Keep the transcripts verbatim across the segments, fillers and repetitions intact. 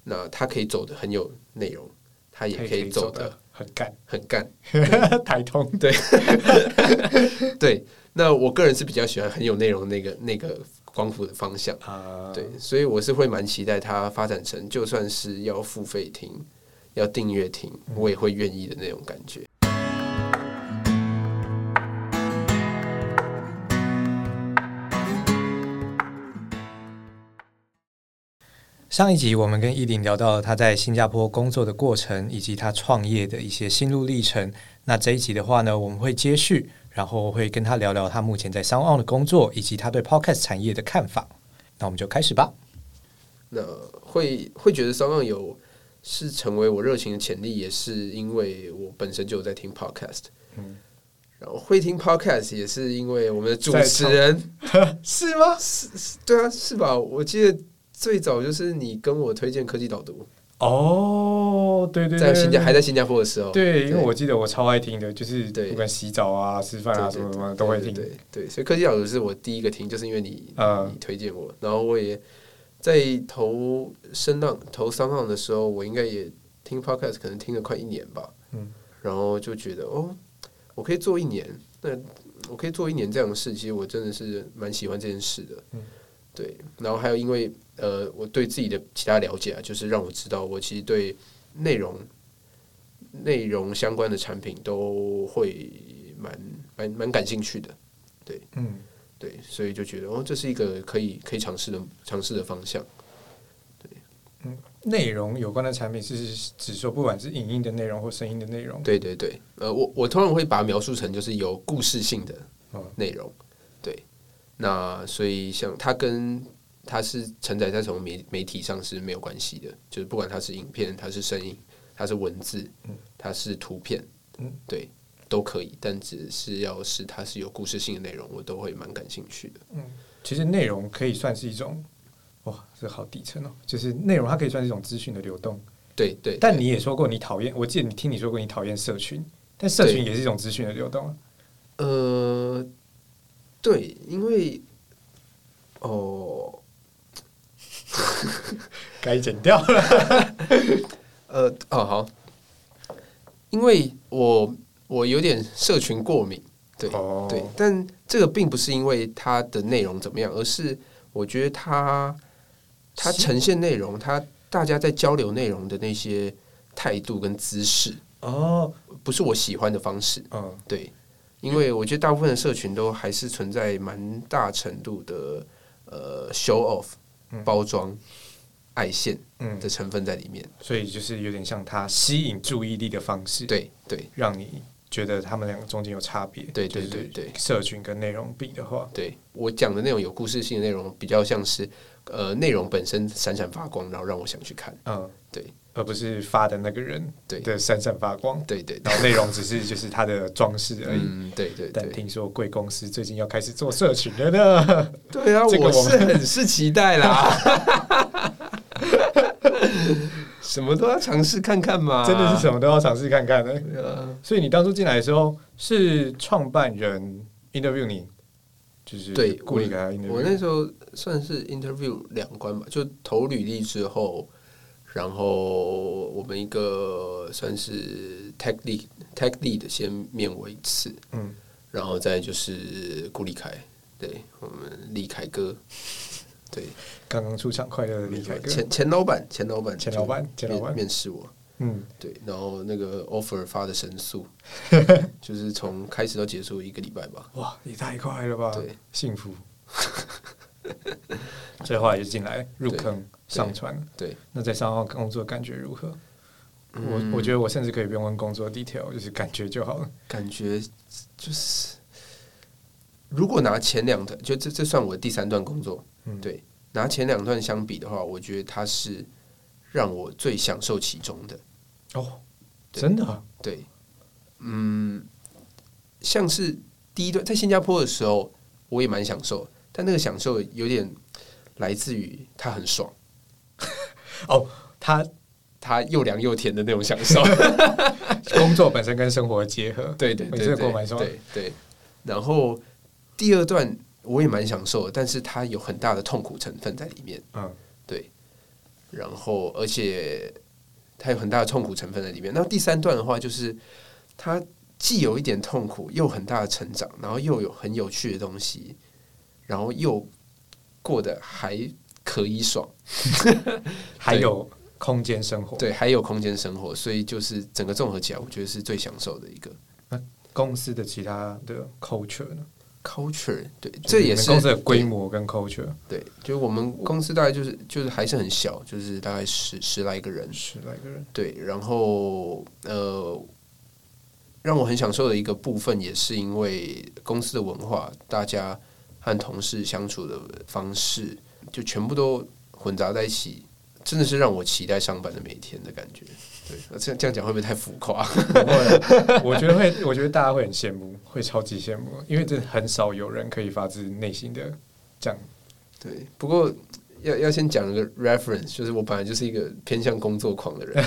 那他可以走的很有内容，他也可以走的很干， 很干， 台通对对。那我个人是比较喜欢很有内容那个那个光谱的方向，啊、对，所以我是会蛮期待它发展成，就算是要付费听、要订阅听，我也会愿意的那种感觉。 上一集我们跟依林聊到了他在新加坡工作的过程，以及他创业的一些心路历程。那这一集的话呢，我们会接续，然后会跟他聊聊他目前在 SoundOn 的工作，以及他对 Podcast 产业的看法。那我们就开始吧。 那会会觉得 SoundOn 有是成为我热情的潜力，也是因为我本身就有在听 Podcast，嗯，然后会听 Podcast 也是因为我们的主持人是吗？ 是，对啊，是吧？我记得最早就是你跟我推荐科技导读哦，对对对， 在新加还在新加坡的时候， 对，因为我记得我超爱听的，就是不管洗澡啊、吃饭啊什么什么都会听。 对对 对, 对，所以科技导读是我第一个听，就是因为你、嗯、你推荐我，然后我也在投声浪、投SoundOn的时候，我应该也听 Podcast， 可能听了快一年吧，嗯，然后就觉得哦，我可以做一年，那我可以做一年这样的事，其实我真的是蛮喜欢这件事的，嗯，对，然后还有因为。呃，我对自己的其他了解啊，就是让我知道，我其实对内容、内容相关的产品都会蛮蛮蛮感兴趣的，对，嗯，对，所以就觉得哦，这是一个可以可以尝试的尝试的方向，对， 嗯，内容有关的产品是指说，不管是影音的内容或声音的内容， 对对对，呃，我我通常会把它描述成就是有故事性的内容，嗯、对，那所以像它跟它是承载在从媒媒体上是没有关系的，就是不管它是影片、它是声音、它是文字、它是图片，对，都可以。但只是要是它是有故事性的内容，我都会蛮感兴趣的。 嗯，其实内容可以算是一种，哇，这好底层哦，就是内容它可以算是一种资讯的流动。 对 对, 对。 但你也说过你讨厌，我记得你听你说过你讨厌社群，但社群也是一种资讯的流动。 呃，对，因为哦。 该剪掉了。 呃，哦，好，因为我我有点社群过敏，对、oh. 对，但这个并不是因为它的内容怎么样，而是我觉得它它呈现内容，它大家在交流内容的那些态度跟姿势，哦，不是我喜欢的方式，嗯，对，因为我觉得大部分的社群都还是存在蛮大程度的呃 show off。包装、爱现的成分在里面、嗯， 所以就是有点像它吸引注意力的方式， 对对， 让你觉得他们两个中间有差别， 对对对对。 社群跟内容比的话， 对我讲的那种有故事性的内容，比较像是呃内容本身闪闪发光，然后让我想去看，嗯，对， 而不是发的那个人的闪闪发光， 对 对, 对， 然后内容只是就是它的装饰而已， 嗯，对 对, 对。 但听说贵公司最近要开始做社群了呢， 对啊，这个、我是很是期待啦，什么都要尝试看看嘛， 真的是什么都要尝试看看的、啊。所以你当初进来的时候是创办人 interview 你，就是对， 顾里给他 interview。 我那时候算是 interview 两关吧，就投履历之后。然后我们一个算是 tech lead tech lead 先面我一次，嗯，然后再就是顾立凯，对我们立凯哥，对， 刚刚出场快乐的立凯哥， 前前老板前老板前老板前老板面试我，嗯，对，然后那个 offer 发的神速，就是从开始到结束一个礼拜吧， 哇，也太快了吧， 对， 幸福。所以后来就进来入坑上传， 对，对那在SoundOn工作感觉如何？嗯、我我觉得我甚至可以不用问工作 detail， 就是感觉就好了。 感觉就是，如果拿前两段，就这这算我的第三段工作，嗯，对，拿前两段相比的话，我觉得它是让我最享受其中的。 哦，真的、啊？ 对，嗯，像是第一段在新加坡的时候，我也蛮享受。但那个享受有点来自于他很爽哦，他他又凉又甜的那种享受， 工作本身跟生活结合， 对对对对， 过蛮爽， 对对。然后第二段我也蛮享受的，但是它有很大的痛苦成分在里面，嗯，对。 然后而且它有很大的痛苦成分在里面。那第三段的话，就是它既有一点痛苦，又很大的成长，然后又有很有趣的东西，然后又过得还可以爽， 还有空间生活， 对，还有空间生活，所以就是整个综合起来，我觉得是最享受的一个。 那公司的其他的 culture 呢 ？culture 对，这也是公司的规模跟 culture。 对，就是我们公司大概就是就是还是很小，就是大概十十来个人， 十来个人。 对，然后呃，让我很享受的一个部分，也是因为公司的文化，大家和同事相处的方式，就全部都混杂在一起。真的是让我期待上班的每一天的感觉。对，这样这样讲会不会太浮夸？ 不会，我觉得会，我觉得大家会很羡慕，会超级羡慕，因为真的很少有人可以发自内心的这样。 对，不过要要先讲一个 reference， 就是我本来就是一个偏向工作狂的人。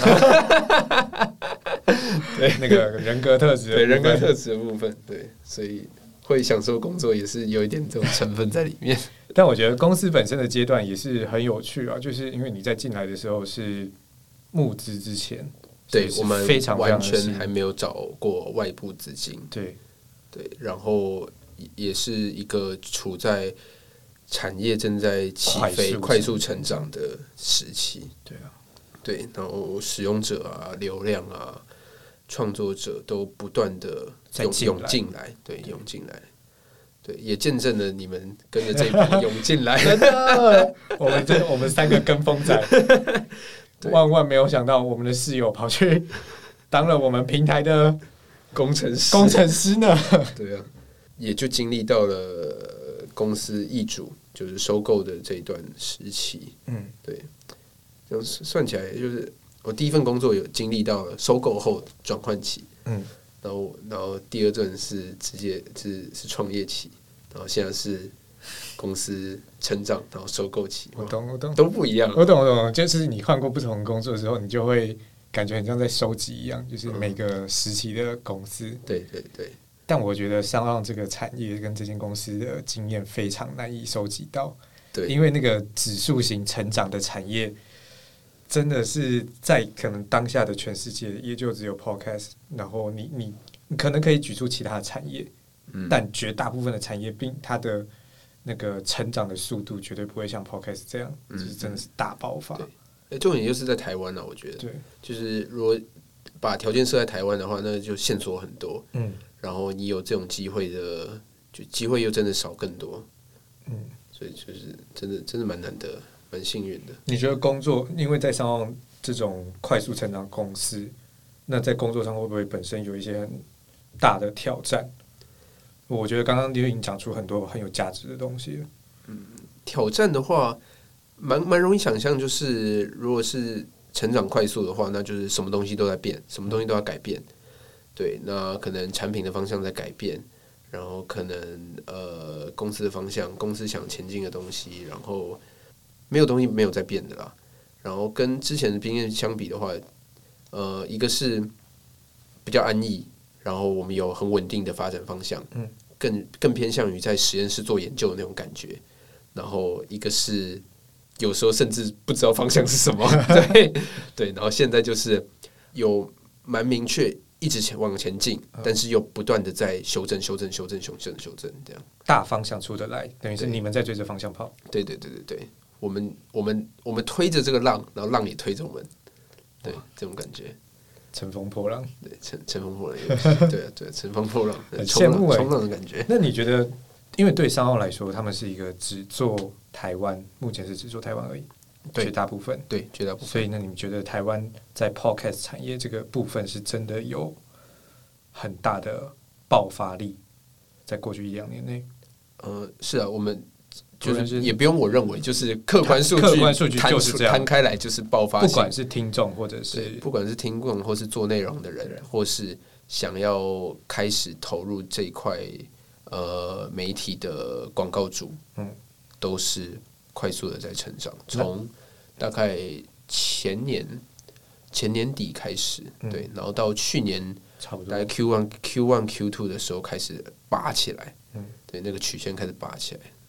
对，那个人格特质， 对人格特质的部分，对，所以会享受工作也是有一点这种成分在里面。 但我觉得公司本身的阶段也是很有趣啊，就是因为你在进来的时候是募资之前， 对我们非常完全还没有找过外部资金， 对对，然后也是一个处在产业正在起飞、快速成长的时期， 对啊， 对，然后使用者啊、流量啊、创作者都不断的涌涌进来，对，涌进来。对，也见证了你们跟着这一波涌进来。 真的，我们真我们三个跟风仔，万万没有想到，我们的室友跑去当了我们平台的工程师。 工程师呢？ 对啊，也就经历到了公司易主，就是收购的这一段时期。嗯，对，这样算起来，就是我第一份工作有经历到了收购后转换期。嗯。然后，然后第二阵是直接是是创业期，然后现在是公司成长，然后收购期。 我懂，我懂， 都不一样。 我懂，我懂，就是你换过不同的工作之后，你就会感觉很像在收集一样，就是每个时期的公司。 嗯、对对对。 但我觉得商浪这个产业跟这间公司的经验非常难以收集到， 对， 因为那个指数型成长的产业。真的是在可能当下的全世界，也就只有 podcast， 然后你你你可能可以举出其他的产业，嗯、但绝大部分的产业并它的那个成长的速度绝对不会像 podcast 这样，嗯、就是真的是大爆发。 对，重点就是在台湾了，我觉得，对，就是如果把条件设在台湾的话，那就线索很多，嗯，然后你有这种机会的，就机会又真的少更多，嗯，所以就是真的真的蛮难得。蛮幸运的。 你觉得工作，因为在商浪这种快速成长公司，那在工作上会不会本身有一些很大的挑战？我觉得刚刚就已经讲出很多很有价值的东西了。 嗯，挑战的话，蛮蛮容易想象，就是如果是成长快速的话，那就是什么东西都在变，什么东西都要改变。对，那可能产品的方向在改变，然后可能呃公司的方向，公司想前进的东西，然后。没有东西没有在变的啦，然后跟之前的经验相比的话，呃，一个是比较安逸，然后我们有很稳定的发展方向，嗯，更更偏向于在实验室做研究的那种感觉，然后一个是有时候甚至不知道方向是什么，对对，然后现在就是有蛮明确一直前往前进，但是又不断的在修正、修正、修正、修正、修正，这样大方向出得来，等于是你们在追着方向跑， 对对对对对。我们我们我们推着这个浪，然后浪也推着我们，对，这种感觉， 乘风破浪， 对，乘乘风破浪，对对，乘风破浪， 很羡慕冲浪的感觉。 那你觉得，因为对商号来说，他们是一个只做台湾，目前是只做台湾而已，绝大部分， 对，绝大部分。 所以，那你们觉得台湾在 podcast 产业这个部分是真的有很大的爆发力，在过去一两年内？ 呃，是啊，我们。就是也不用我认为，就是客观数据， 客观数据就是这样摊开来就是爆发性。 不管是听众或者是不管是听众或是做内容的人，或是想要开始投入这一块呃媒体的广告主，嗯，都是快速的在成长。从大概前年前年底开始，嗯、对，然后到去年差不多大概 Q one Q one Q two 的时候开始拔起来，嗯，对，那个曲线开始拔起来。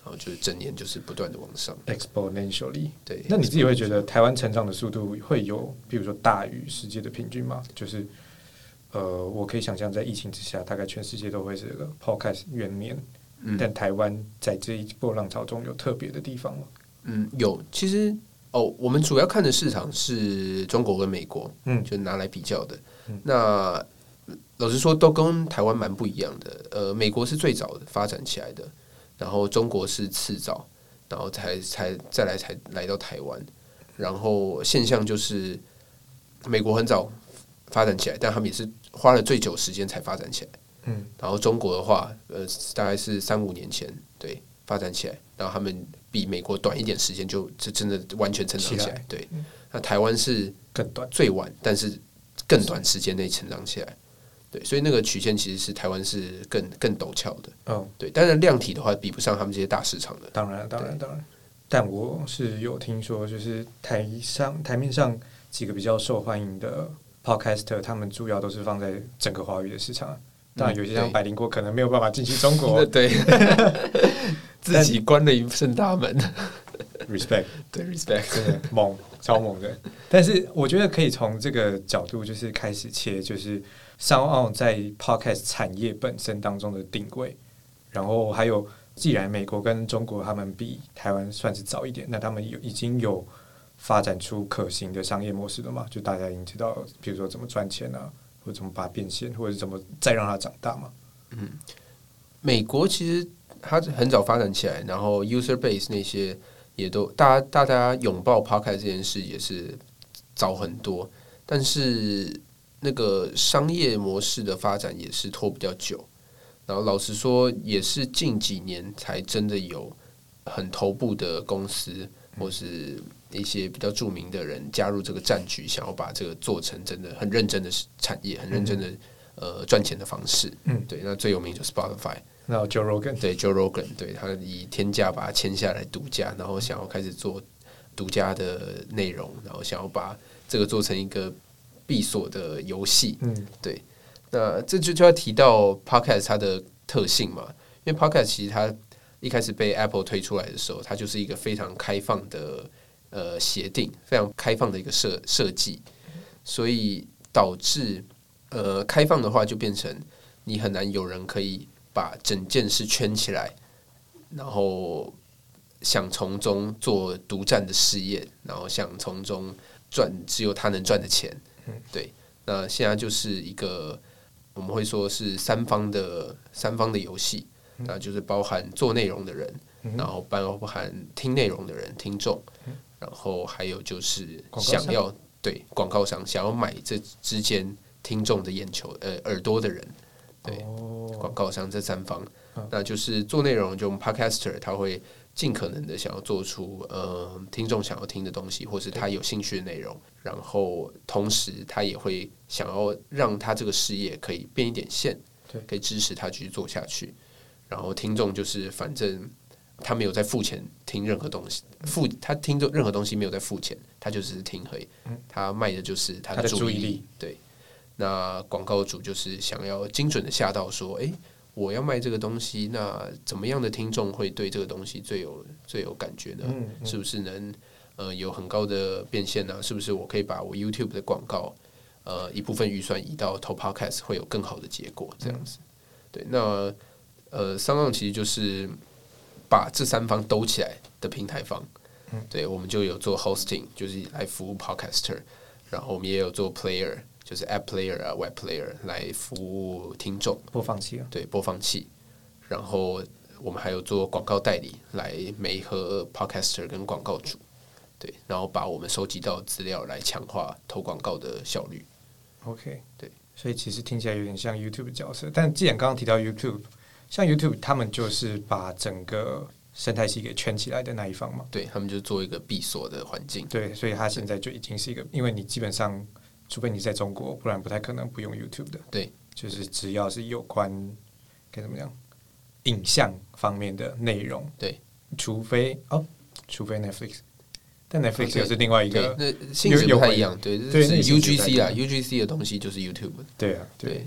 然后就是整年就是不断的往上 exponentially。 对， 那你自己会觉得台湾成长的速度会有，比如说大于世界的平均吗？就是呃，我可以想象在疫情之下，大概全世界都会是个 podcast 元年，嗯，但台湾在这一波浪潮中有特别的地方吗？ 嗯，有。其实哦，我们主要看的市场是中国跟美国，嗯，就拿来比较的。嗯、那老实说，都跟台湾蛮不一样的。呃，美国是最早的发展起来的。然后中国是次早，然后才才再来才来到台湾，然后现象就是美国很早发展起来，但他们也是花了最久时间才发展起来。嗯，然后中国的话，呃，大概是三五年前对发展起来，然后他们比美国短一点时间就就真的完全成长起来。对，那台湾是更短最晚，但是更短时间内成长起来。对，所以那个曲线其实是台湾是更更陡峭的，嗯，对。当然量体的话比不上他们这些大市场的， 当然，当然，当然。但我是有听说，就是台上台面上几个比较受欢迎的 podcaster， 他们主要都是放在整个华语的市场。当然，有些像百灵果可能没有办法进去中国， 对，自己关了一扇大门。 respect， 对 respect， 真的猛，超猛的。但是我觉得可以从这个角度就是开始切，就是。SoundOn在 Podcast 产业本身当中的定位，然后还有，既然美国跟中国他们比台湾算是早一点，那他们有已经有发展出可行的商业模式了嘛？就大家已经知道，比如说怎么赚钱啊，或者怎么把它变现，或者怎么再让它长大嘛？ 嗯，美国其实它很早发展起来，然后 user base 那些也都大家大家拥抱 Podcast 这件事也是早很多，但是。那个商业模式的发展也是拖比较久，然后老实说，也是近几年才真的有很头部的公司或是一些比较著名的人加入这个战局，想要把这个做成真的很认真的产业，很认真的呃赚钱的方式。嗯，对，那最有名就是 Spotify， 然后 Joe Rogan， 对 Joe Rogan， 对他以天价把它签下来独家，然后想要开始做独家的内容，然后想要把这个做成一个。闭锁的游戏，嗯，对，那这就就要提到 Podcast 它的特性嘛，因为 Podcast 其实它一开始被 Apple 推出来的时候，它就是一个非常开放的呃协定，非常开放的一个设设计，所以导致呃开放的话就变成你很难有人可以把整件事圈起来，然后想从中做独占的事业，然后想从中赚只有他能赚的钱。对，那现在就是一个我们会说是三方的三方的游戏，那就是包含做内容的人，然后包含听内容的人听众，然后还有就是想要对广告商想要买这之间听众的眼球呃耳朵的人，对广告商这三方，那就是做内容就我们 Podcaster 他会。尽可能的想要做出呃听众想要听的东西，或是他有兴趣的内容，然后同时他也会想要让他这个事业可以变一点线，可以支持他继续做下去。然后听众就是反正他没有在付钱听任何东西，付他听任何东西没有在付钱，他就只是听而已。他卖的就是他的注意力。对，那广告主就是想要精准的下到说，哎。我要卖这个东西，那怎么样的听众会对这个东西最有最有感觉呢？嗯嗯、是不是能呃有很高的变现呢、啊？是不是我可以把我 YouTube 的广告呃一部分预算移到投 Podcast 会有更好的结果？这样子，嗯、对，那呃SoundOn其实就是把这三方兜起来的平台方，嗯、对，我们就有做 Hosting， 就是来服务 Podcaster， 然后我们也有做 Player。就是 App Player 啊 ，Web Player 来服务听众播放器啊， 对播放器。然后我们还有做广告代理，来媒合 Podcaster 跟广告主，对，然后把我们收集到的资料来强化投广告的效率。 OK， 对， 所以其实听起来有点像 YouTube 的角色。但既然刚刚提到 YouTube， 像 YouTube 他们就是把整个生态系给圈起来的那一方嘛， 对他们就做一个闭锁的环境。 对，所以它现在就已经是一个，因为你基本上。除非你在中国，不然不太可能不用 YouTube 的。 对， 就是只要是有关该怎么讲影像方面的内容， 对， 除非哦，除非 Netflix， 但 Netflix 又是另外一个， 那性质不太一样。对，这是 U G C 啦 ，U G C 的东西就是 YouTube。 对啊，对对。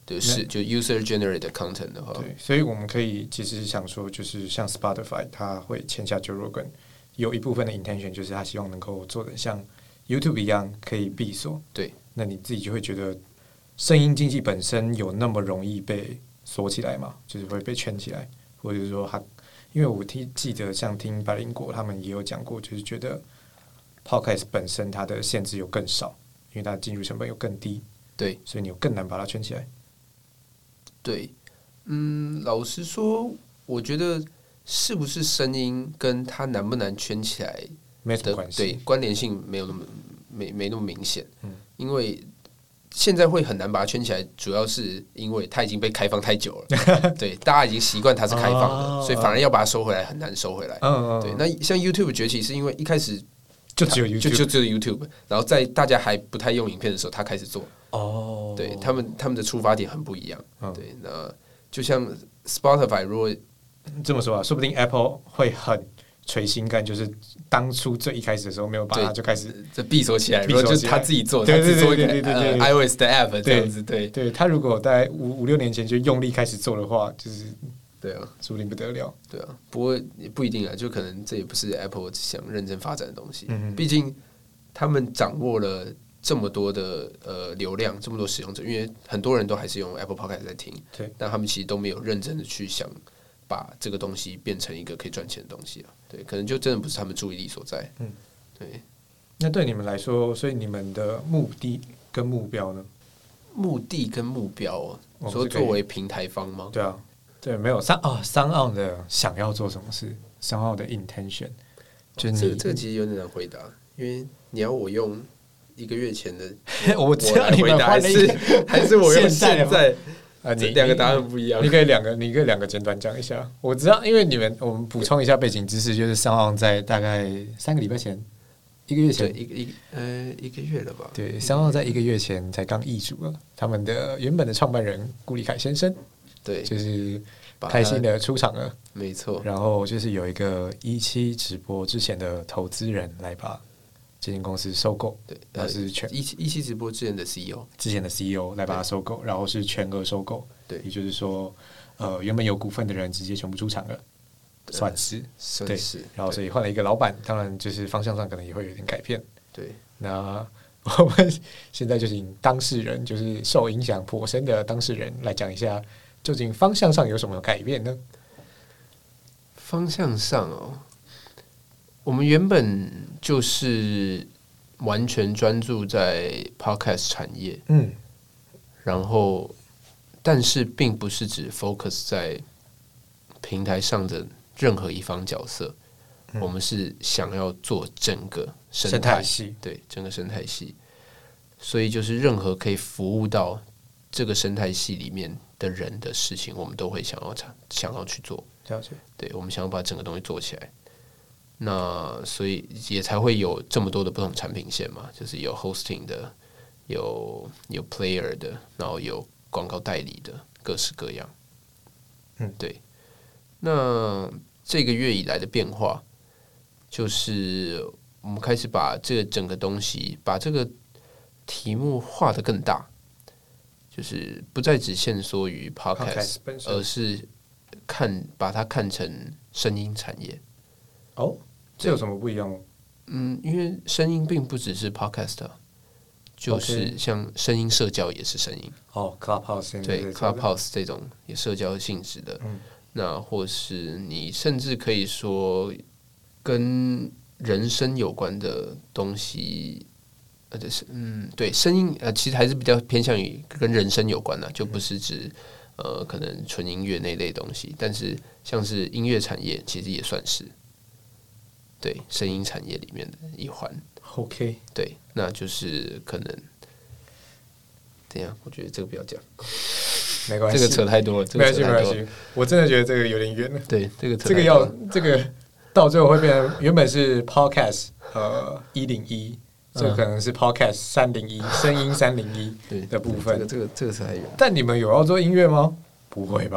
对，是就 user generated content 的话， 对，所以我们可以其实想说，就是像 Spotify， 它会签下 Joe Rogan， 有一部分的 intention 就是他希望能够做的像 YouTube 一样可以闭锁。 对， 那你自己就会觉得声音经济本身有那么容易被锁起来吗？就是会被圈起来，或者是说它，因为我听记得像听百灵果他们也有讲过，就是觉得 Podcast 本身它的限制有更少，因为它的进入成本有更低， 对， 所以你有更难把它圈起来。 对，嗯，老实说，我觉得是不是声音跟它难不难圈起来没什么关系， 对，关联性没有那么没没那么明显，嗯，因为现在会很难把它圈起来，主要是因为它已经被开放太久了，对，大家已经习惯它是开放的，哦，所以反而要把它收回来很难收回来。嗯，对，那像 YouTube 崛起是因为一开始就只有 YouTube， 就就只有 YouTube， 然后在大家还不太用影片的时候，他开始做。哦，对他们他们的出发点很不一样。嗯，对，那就像 Spotify， 如果这么说啊，说不定 Apple 会很垂心肝，就是当初最一开始的时候没有把它就开始这闭锁起来，如果就是他自己做，他自己做一个 iOS 的 app 这样子，对对，他如果在五五六年前就用力开始做的话，就是对啊， 说不定不得了。 对啊，不过也不一定啊，就可能这也不是 Apple 想认真发展的东西。嗯，毕竟他们掌握了这么多的呃流量，这么多使用者，因为很多人都还是用 Apple Podcast 在听，对，但他们其实都没有认真的去想把这个东西变成一个可以赚钱的东西啊。对，可能就真的不是他们注意力所在。嗯，对。 那对你们来说，所以你们的目的跟目标呢？ 目的跟目标哦，你说作为平台方吗？ 对啊，对，没有商哦，商奥的想要做什么事，商奥的 intention， 就你、哦、这个这个其实有点难回答，因为你要我用一个月前的我, 我知道你们还是还是我用现在啊， 你两个答案不一样， 你可以两个，你可以两个简短讲一下。我知道，因为你们，我们补充一下背景知识，就是商奥在大概三个礼拜前，一个月前， 一个一呃一个月了吧？ 对，商奥在一个月前才刚易主了，他们的原本的创办人顾立凯先生， 对， 就是开心的出场了， 没错。 然后就是有一个一期直播之前的投资人来把这间公司收购， 对，然后是全一期一期直播之前的 C E O， 之前的 C E O 来把它收购，然后是全额收购，对，也就是说，呃，原本有股份的人直接全部出场了，算是， 算是， 然后所以换了一个老板，当然就是方向上可能也会有点改变， 对。 那我们现在就请当事人，就是受影响颇深的当事人来讲一下，究竟方向上有什么改变呢？ 方向上哦。我们原本就是完全专注在 Podcast 产业，嗯，然后，但是并不是只 focus 在平台上的任何一方角色，嗯，我们是想要做整个生态, 生态系， 对，整个生态系，所以就是任何可以服务到这个生态系里面的人的事情，我们都会想要想要去做， 了解， 对，我们想要把整个东西做起来。那所以也才会有这么多的不同产品线嘛，就是有 hosting 的，有有 player 的，然后有广告代理的，各式各样。嗯，对。那这个月以来的变化，就是我们开始把这个整个东西，把这个题目画得更大，就是不再只限缩于 podcast， 而是看把它看成声音产业。 哦，这有什么不一样吗？ 嗯，因为声音并不只是 podcast， 就是像声音社交也是声音。 哦 ，Clubhouse 对 Clubhouse 这种也社交性质的，嗯，那或是你甚至可以说跟人声有关的东西，呃，嗯，对，声音呃，其实还是比较偏向于跟人声有关的，就不是指呃可能纯音乐那类东西，但是像是音乐产业，其实也算是。对，声音产业里面的一环。 OK， 对，那就是可能，怎样？我觉得这个不要讲， 没关系， 这个扯太多了，这个、 没关系，没关系。我真的觉得这个有点远了。 对，这个扯这个要这个到最后会变成原本是 Podcast 呃一零一，这个可能是 Podcast 三零一，声音三零一的部分。 这个这个这个扯太远。 但你们有要做音乐吗？不会吧？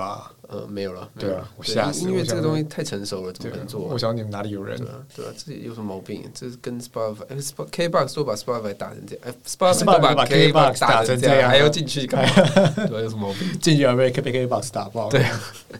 呃，没有了， 对啊，我吓死！ 音乐这个东西太成熟了，怎么能做、啊？ 我想你们哪里有人？ 对啊，对啊，这有什么毛病？这是跟 Spotify、K box 都把 Spotify 打成这样，哎 ，Spotify 都把 K box 打成这样，还要进去干嘛？对，有什么毛病？ 进去要被被 K box 打爆。 对啊。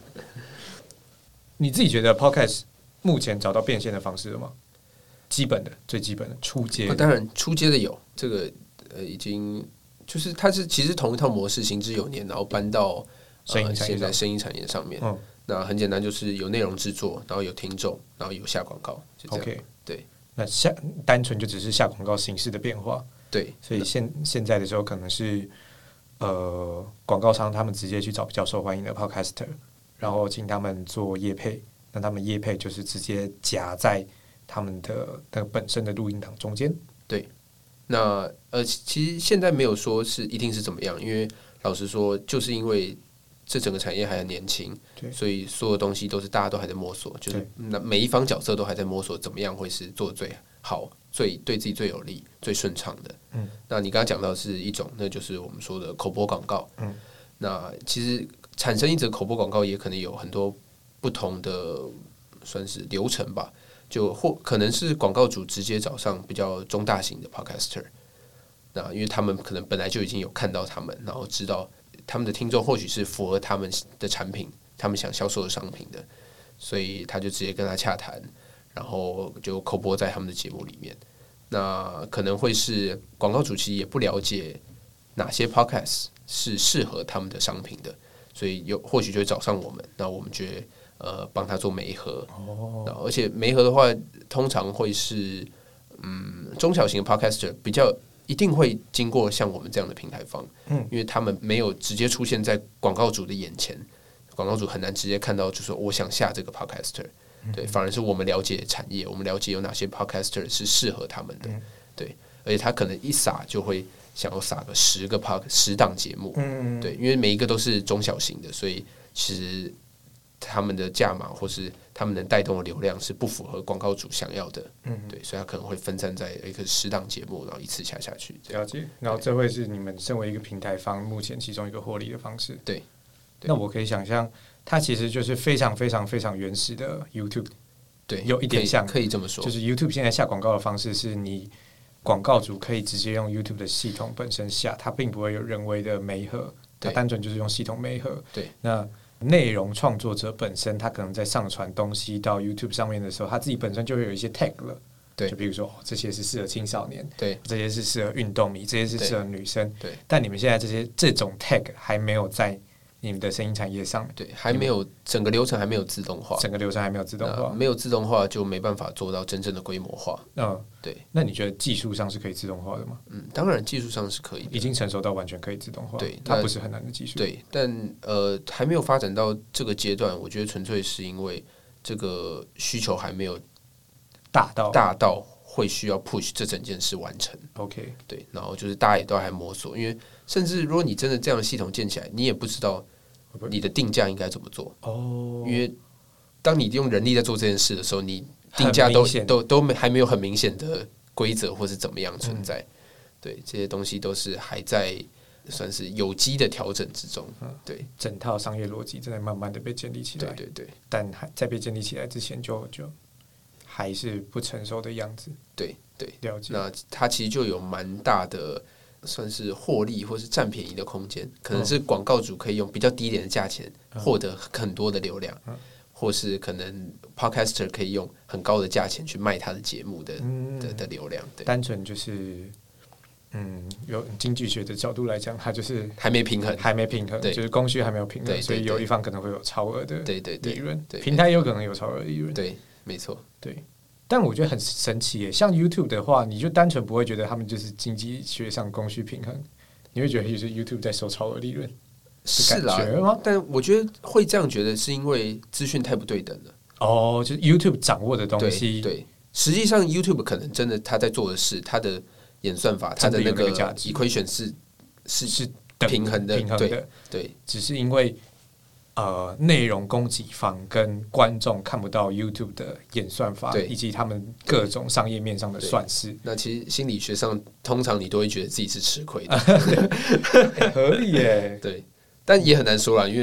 你自己觉得 Podcast 目前找到变现的方式了吗？基本的、最基本的初阶、 哦，当然初阶的有这个呃，已经就是它是其实同一套模式行之有年，然后搬到。 声音产业现在声音产业上面， 嗯， 那很简单，就是有内容制作，然后有听众，然后有下广告，就这样。 OK， 对， 那下单纯就只是下广告形式的变化。 对， 所以现现在的时候可能是呃广告商他们直接去找比较受欢迎的 podcaster， 然后请他们做业配，那他们业配就是直接夹在他们的那个本身的录音档中间。 对，那呃其实现在没有说是一定是怎么样，因为老实说，就是因为这整个产业还很年轻，所以所有东西都是大家都还在摸索，就是那每一方角色都还在摸索怎么样会是做得最好、最对自己最有利、最顺畅的。嗯，那你刚刚讲到的是一种，那就是我们说的口播广告。嗯，那其实产生一则口播广告也可能有很多不同的算是流程吧，就或可能是广告主直接找上比较中大型的 podcaster， 那因为他们可能本来就已经有看到他们，然后知道。他们的听众或许是符合他们的产品，他们想销售的商品的，所以他就直接跟他洽谈，然后就口播在他们的节目里面。那可能会是广告主其实也不了解哪些 podcast 是适合他们的商品的，所以有或许就会找上我们，那我们就会呃帮他做媒合。哦，而且媒合的话，通常会是嗯中小型的 podcaster 比较。一定会经过像我们这样的平台方，嗯，因为他们没有直接出现在广告主的眼前，广告主很难直接看到，就是我想下这个 podcaster， 对，反而是我们了解产业，我们了解有哪些 podcaster 是适合他们的，对，而且他可能一撒就会想要撒个十个 pod 十档节目，嗯，对，因为每一个都是中小型的，所以其实他们的价码或是他们能带动的流量是不符合广告主想要的，嗯，对，所以他可能会分散在一个十档节目，然后一次下下去。 了解，然后这会是你们身为一个平台方目前其中一个获利的方式。 对， 那我可以想象，它其实就是非常非常非常原始的 YouTube， 对， 有一点像， 可以这么说， 就是 YouTube 现在下广告的方式是你广告主可以直接用 YouTube 的系统本身下，它并不会有人为的媒合，它单纯就是用系统媒合。 对， 那内容创作者本身，他可能在上传东西到 YouTube 上面的时候，他自己本身就会有一些 tag 了。 对， 就比如说、哦、这些是适合青少年， 对， 这些是适合运动迷，这些是适合女生。 对， 但你们现在这些这种 tag 还没有在你们的声音产业上， 对，还没有整个流程还没有自动化， 整个流程还没有自动化， 没有自动化就没办法做到真正的规模化。 嗯， 对。 那你觉得技术上是可以自动化的吗？ 嗯，当然技术上是可以的， 已经成熟到完全可以自动化。 对， 它不是很难的技术。 对，但呃还没有发展到这个阶段，我觉得纯粹是因为这个需求还没有大到大到会需要 push 这整件事完成。 OK， 对，然后就是大家也都还摸索，因为甚至如果你真的这样的系统建起来，你也不知道你的定价应该怎么做哦，因为当你用人力在做这件事的时候，你定价都都都还没有很明显的规则或是怎么样存在，嗯、对，这些东西都是还在算是有机的调整之中，嗯、对， 整套商业逻辑正在慢慢的被建立起来， 对对对， 但还在被建立起来之前就就还是不成熟的样子， 对对， 了解。 那它其实就有蛮大的。算是获利或是占便宜的空间，可能是广告主可以用比较低廉的价钱获得很多的流量，嗯、或是可能 podcaster 可以用很高的价钱去卖他的节目的、嗯、的, 的流量。对， 单纯就是嗯，有经济学的角度来讲，它就是还没平衡， 还没平衡，就是供需还没有平衡， 对对对， 所以有一方可能会有超额的对对对利润， 对， 平台有可能有超额利润， 对，没错， 对。但我觉得很神奇耶，像 YouTube 的话，你就单纯不会觉得他们就是经济学上供需平衡，你会觉得就是 YouTube 在收超额利润， 是啦，但我觉得会这样觉得，是因为资讯太不对等了。 哦，就是 YouTube 掌握的东西， 对，对，实际上 YouTube 可能真的他在做的事，他的演算法，他的那个 equation 是是是平衡的， 平衡的， 对，对， 只是因为。呃，内容供给方跟观众看不到 YouTube 的演算法，以及他们各种商业面上的算式。 那其实心理学上，通常你都会觉得自己是吃亏的， 欸、合理耶。 对，但也很难说啦，因为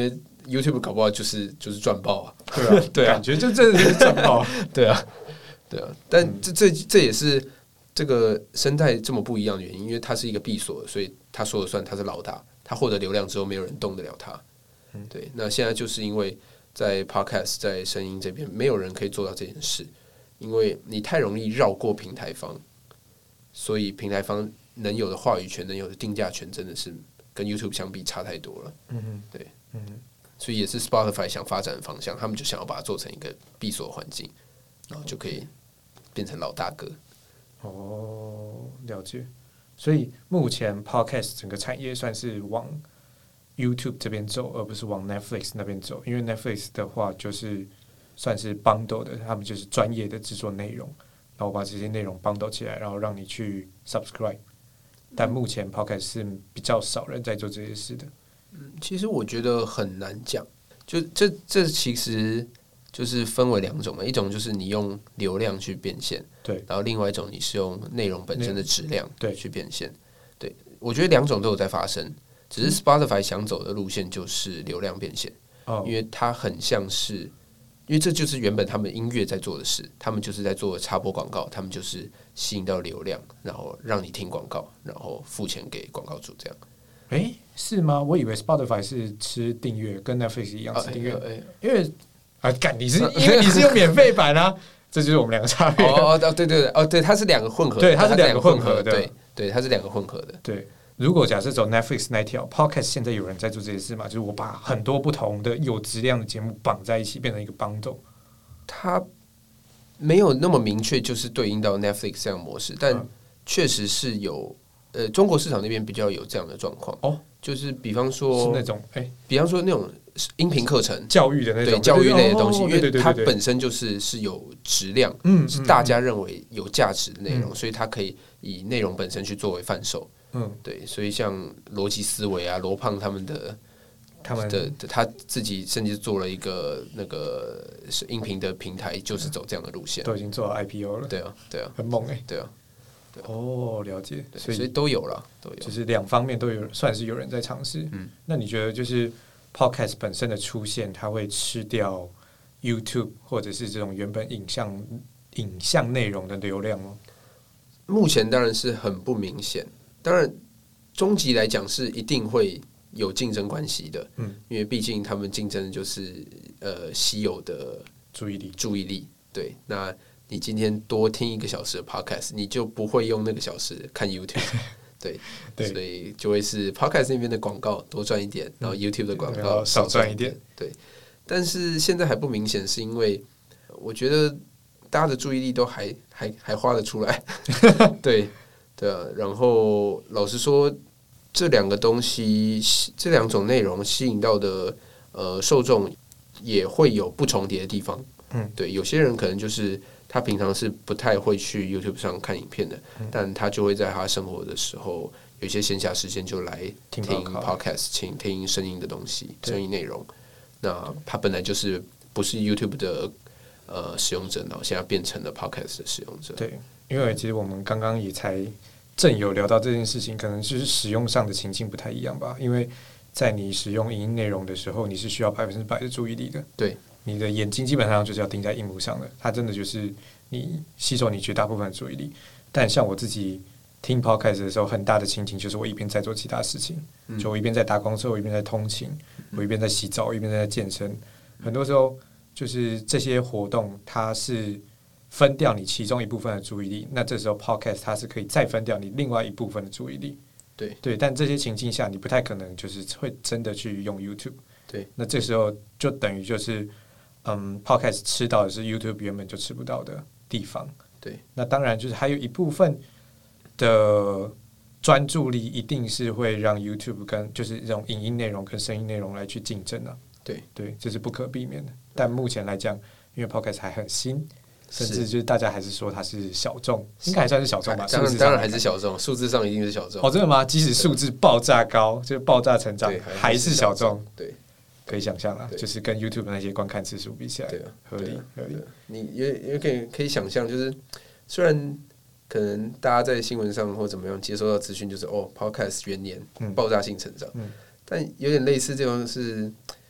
YouTube 搞不好就是就是赚爆啊， 对啊， 对啊， 感觉就真的是赚爆， 对啊，对啊，但这这这也是这个生态这么不一样的原因，因为它是一个闭锁，所以他说了算，他是老大，他获得流量之后，没有人动得了他。对，那现在就是因为在 Podcast 在声音这边，没有人可以做到这件事，因为你太容易绕过平台方，所以平台方能有的话语权、能有的定价权，真的是跟 YouTube 相比差太多了。嗯对，嗯，所以也是 Spotify 想发展的方向，他们就想要把它做成一个闭锁环境，然后就可以变成老大哥。 哦，了解。所以目前 Podcast 整个产业算是往 YouTube 这边走，而不是往 Netflix 那边走。因为 Netflix 的话就是算是 bundle 的，他们就是专业的制作内容，然后把这些内容 bundle 起来，然后让你去 subscribe。但目前 Podcast 是比较少人在做这些事的。 嗯，其实我觉得很难讲，就这这其实就是分为两种嘛，一种就是你用流量去变现， 对， 然后另外一种你是用内容本身的质量对去变现，对，我觉得两种都有在发生，只是 Spotify 想走的路线就是流量变现， 哦， 因为它很像是，因为这就是原本他们音乐在做的事，他们就是在做插播广告，他们就是吸引到流量，然后让你听广告，然后付钱给广告主这样。 诶，是吗？我以为 Spotify 是吃订阅，跟 Netflix 一样吃订阅， 啊欸欸、 因为啊，干你是因为你是用免费版啊，这就是我们两个差别。 哦哦，对对对，哦对，它是两个混合的， 对，它是两个混合的， 对对，它是两个混合的。 对，如果假设走 Netflix 那一条 Podcast， 现在有人在做这件事嘛？就是我把很多不同的有质量的节目绑在一起，变成一个 bundle。 它没有那么明确，就是对应到 Netflix 这样的模式，但确实是有。呃，中国市场那边比较有这样的状况哦，就是比方说是那种哎、欸， 比方说那种音频课程、 教育的那种对教育类的东西， 哦、 因为它本身就是是有质量，嗯，是大家认为有价值的内容，嗯、所以它可以以内容本身去作为贩售，嗯，对，所以像逻辑思维啊、罗胖他们的。他们的他自己甚至做了一个那个音频的平台，就是走这样的路线， 都已经做到 I P O 了。 对啊，对啊， 很猛哎、欸， 对啊。 哦，了解， 所以, 所以都有了，都有， 就是两方面都有，算是有人在尝试。嗯，那你觉得就是 Podcast 本身的出现，它会吃掉 YouTube 或者是这种原本影像影像内容的流量吗？ 目前当然是很不明显，当然终极来讲是一定会有竞争关系的。嗯，因为毕竟他们竞争的就是呃稀有的注意力， 注意力。对，那。你今天多听一个小时的 podcast， 你就不会用那个小时看 YouTube， 对，对，所以就会是 podcast 那边的广告多赚一点，然后 YouTube 的广告少赚一点， 对。但是现在还不明显，是因为我觉得大家的注意力都还还还花得出来，对对啊。然后老实说，这两个东西，这两种内容吸引到的呃受众也会有不重叠的地方，嗯，对，有些人可能就是。他平常是不太会去 YouTube 上看影片的，嗯、但他就会在他生活的时候，有些闲暇时间就来听 Podcast， 听听声音的东西，声音内容。那他本来就是不是 YouTube 的呃使用者，然后现在变成了 Podcast 的使用者。 对，因为其实我们刚刚也才正有聊到这件事情，可能就是使用上的情境不太一样吧。因为在你使用影音内容的时候，你是需要百分之百的注意力的。 对。 你的眼睛基本上就是要盯在荧幕上的，它真的就是你吸收你绝大部分的注意力。但像我自己听 podcast 的时候，很大的情景就是我一边在做其他事情，嗯、就我一边在搭公车，我一边在通勤，嗯、我一边在洗澡，我一边在健身。很多时候就是这些活动，它是分掉你其中一部分的注意力，那这时候 podcast 它是可以再分掉你另外一部分的注意力。 对对，但这些情境下，你不太可能就是会真的去用 YouTube。 对， 那这时候就等于就是。嗯 ，Podcast 吃到的是 YouTube 原本就吃不到的地方。 对， 那当然就是还有一部分的专注力，一定是会让 YouTube 跟就是这种影音内容跟声音内容来去竞争啊。 对对，这是不可避免的。但目前来讲，因为 Podcast 还很新，甚至就是大家还是说它是小众，应该还算是小众吧？ 当然当然还是小众，数字上一定是小众。 哦，真的吗？即使数字爆炸高，就是爆炸成长，还是小众。 对。 可以想象啦，就是跟 YouTube 那些观看次数比起来， 对啊， 合理合理。 你也也可以可以想象，就是虽然可能大家在新闻上或怎么样接收到资讯，就是哦 ，Podcast 元年、嗯、爆炸性成长，嗯、但有点类似这种是，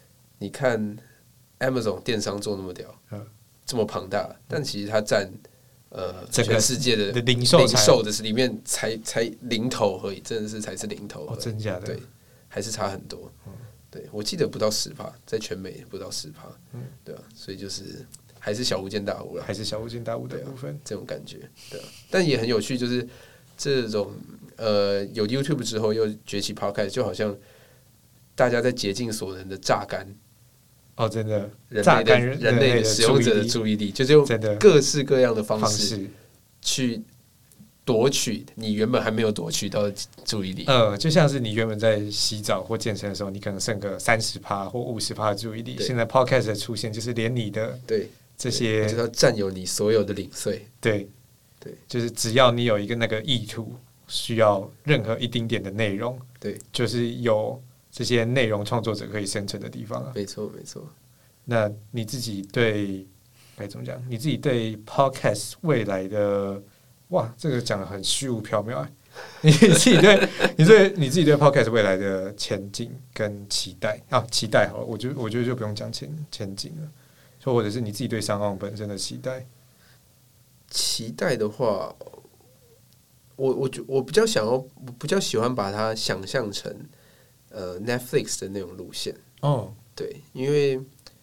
你看 Amazon 电商做那么屌，嗯、这么庞大，但其实它占呃全世界的零售零售的里面才才零头而已，真的是才是零头而已， 哦，真假的？ 对，还是差很多。嗯、对我记得不到十趴，在全美不到十趴，嗯，对啊，所以就是还是小巫见大巫了， 还是小巫见大巫的部分，啊、 这种感觉，对啊。但也很有趣，就是这种呃有 YouTube 之后又崛起 Podcast， 就好像大家在竭尽所能的榨干。 哦，真的， 榨干人类的使用者的注意力，就是用各式各样的方式去夺取你原本还没有夺取到的注意力。 呃，就像是你原本在洗澡或健身的时候，你可能剩个三十趴或五十趴的注意力，现在 Podcast 的出现，就是连你的对这些就要占有你所有的零碎。 对对，就是只要你有一个那个意图，需要任何一丁点的内容， 对， 就是有这些内容创作者可以生成的地方啊。 没错，没错。 那你自己对该怎么讲？你自己对 Podcast 未来的哇，这个讲得很虚无缥缈啊！你自己对你对你自己对 Podcast 未来的前景跟期待啊，期待好了，我觉得我觉得就不用讲前前景了，或者是你自己对商岸本身的期待。 期待的话，我我我比较想要，我比较喜欢把它想象成呃 Netflix 的那种路线哦， 对，因为。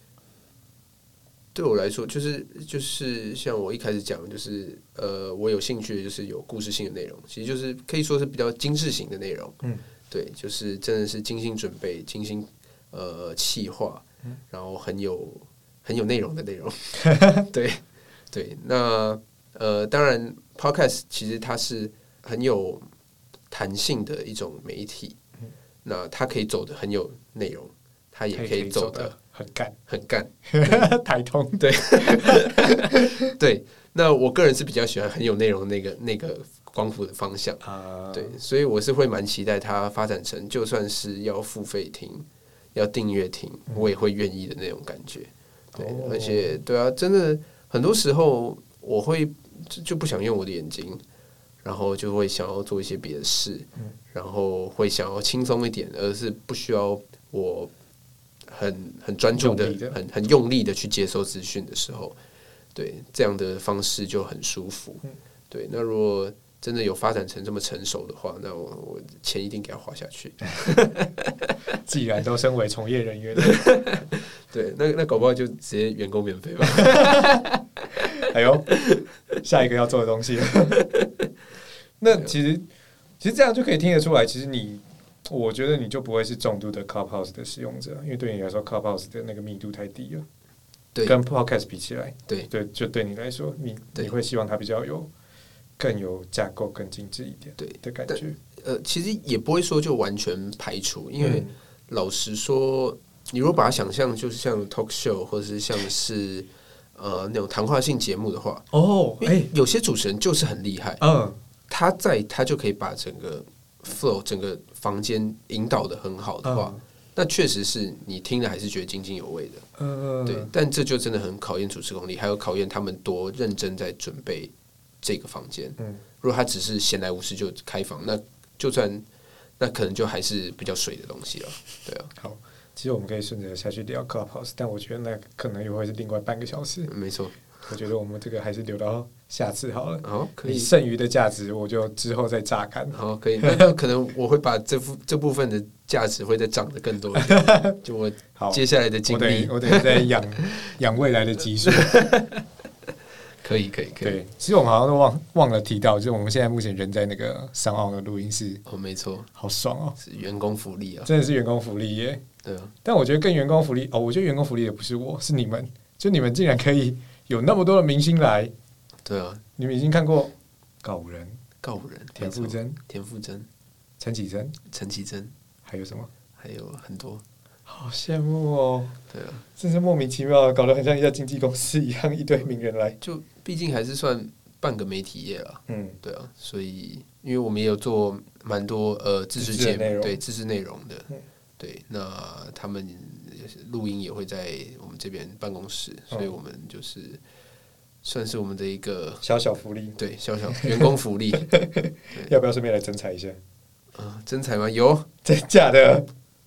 对我来说，就是就是像我一开始讲，就是呃，我有兴趣的就是有故事性的内容，其实就是可以说是比较精致型的内容。嗯，对，就是真的是精心准备、精心呃企划，然后很有很有内容的内容。对对，那呃，当然 ，Podcast 其实它是很有弹性的一种媒体，那它可以走的很有内容，它也可以走的。 很干， 很干， 台通对对。那我个人是比较喜欢很有内容那个那个光谱的方向啊，对，所以我是会蛮期待它发展成，就算是要付费听、要订阅听，我也会愿意的那种感觉。对，哦、而且对啊，真的很多时候我会就不想用我的眼睛，然后就会想要做一些别的事，嗯、然后会想要轻松一点，而是不需要我。很很专注的、很很用力的去接收资讯的时候，对这样的方式就很舒服。对，那如果真的有发展成这么成熟的话，那我我钱一定给他花下去。 既然都身为从业人员， 对，那那搞不好就直接员工免费吧。 哎呦，下一个要做的东西了。那其实其实这样就可以听得出来，其实你。我觉得你就不会是重度的 Clubhouse 的使用者，因为对你来说 Clubhouse 的那个密度太低了， 对， 跟 Podcast 比起来， 对对，就对你来说，你你会希望它比较有更有架构、更精致一点， 对的感觉。 呃，其实也不会说就完全排除，因为老实说，你如果把它想象就是像 talk show 或者是像是呃那种谈话性节目的话， 哦，哎， 有些主持人就是很厉害，嗯，他在他就可以把整个。flow 整个房间引导的很好的话，嗯、那确实是你听了还是觉得津津有味的，嗯，对。但这就真的很考验主持功力，还有考验他们多认真在准备这个房间。嗯，如果他只是闲来无事就开房，那就算那可能就还是比较水的东西了，对啊。 好，其实我们可以顺着下去聊 Clubhouse， 但我觉得那可能又会是另外半个小时。 嗯、没错。 我觉得我们这个还是留到下次好了。 好，可以。 剩余的价值我就之后再榨干。 好，可以。那可能我会把这部这部分的价值会再涨得更多一点。就我接下来的经历， 我等于在养养未来的基数。 可以，可以，可以。 对，其实我们好像都忘忘了提到，就是我们现在目前人在那个商澳的录音室。 哦，没错， 好爽哦， 是员工福利啊， 真的是员工福利耶。 对啊。 但我觉得更员工福利哦，我觉得员工福利的不是我，是你们，就你们竟然可以。有那么多的明星来， 对啊， 你们已经看过告五人、 告五人、 田馥甄、 田馥甄、 陈绮贞、 陈绮贞， 还有什么？ 还有很多， 好羡慕哦！ 对啊， 真是莫名其妙的，搞得很像一家经纪公司一样，一堆名人来。 就毕竟还是算半个媒体业了，嗯，对啊，所以因为我们也有做蛮多呃自制节目，对自制内容的，嗯、对，那他们。录音也会在我们这边办公室，所以我们就是算是我们的一个小小福利， 对，小小员工福利。 要不要顺便来征才一下？ 啊，征才吗？有， 真假的？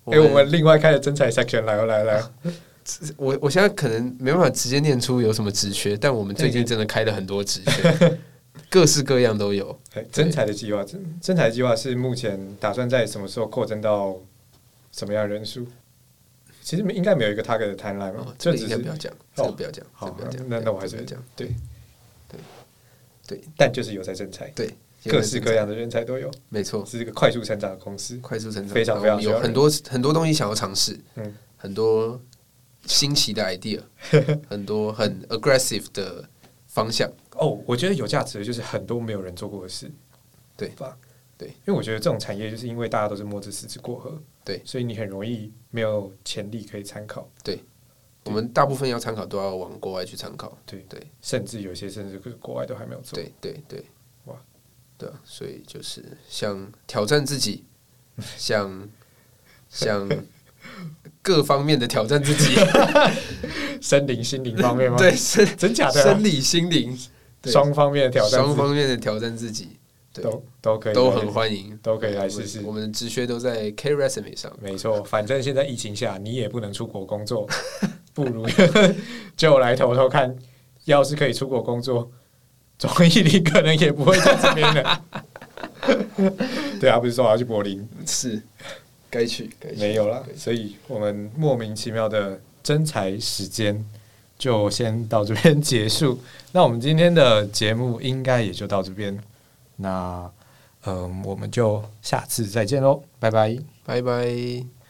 哎、欸，我们另外开了征才 section 来哦，来来。 我我现在可能没办法直接念出有什么职缺，但我们最近真的开了很多职缺，各式各样都有。 征才的计划，征才的计划是目前打算在什么时候扩增到什么样的人数？其实应该没有一个 target 的 timeline 嘛， 哦，这个应该不要讲，这个不要讲， 好， 不要讲。 那那我还是讲， 对对对， 但就是有在征才， 对， 各式各样的人才都有， 没错， 是一个快速成长的公司， 快速成长， 非常非常有很多很多东西想要尝试， 嗯， 很多新奇的 idea， 很多很 aggressive 的方向。 哦，我觉得有价值的就是很多没有人做过的事， 对吧？ 对， 因为我觉得这种产业就是因为大家都是摸着石子过河， 对， 所以你很容易没有潜力可以参考。 对，我们大部分要参考都要往国外去参考。 对对， 甚至有些甚至国外都还没有做。 对对对， 哇， 对啊，所以就是想挑战自己，想想各方面的挑战自己， 身灵心灵方面吗？ 对， 真假的、啊， 生理心灵双方面的挑战， 双方面的挑战自己。 都都可以， 都很欢迎， 都可以来试试。 我们的职缺都在 K Resume 上。 没错，反正现在疫情下，你也不能出国工作，不如就来投投看。要是可以出国工作，总一零可能也不会在这边的。对啊，不是说我要去柏林， 是该去，该去没有啦。所以我们莫名其妙的征才时间就先到这边结束。那我们今天的节目应该也就到这边。那，嗯，我们就下次再见喽，拜拜， 拜拜。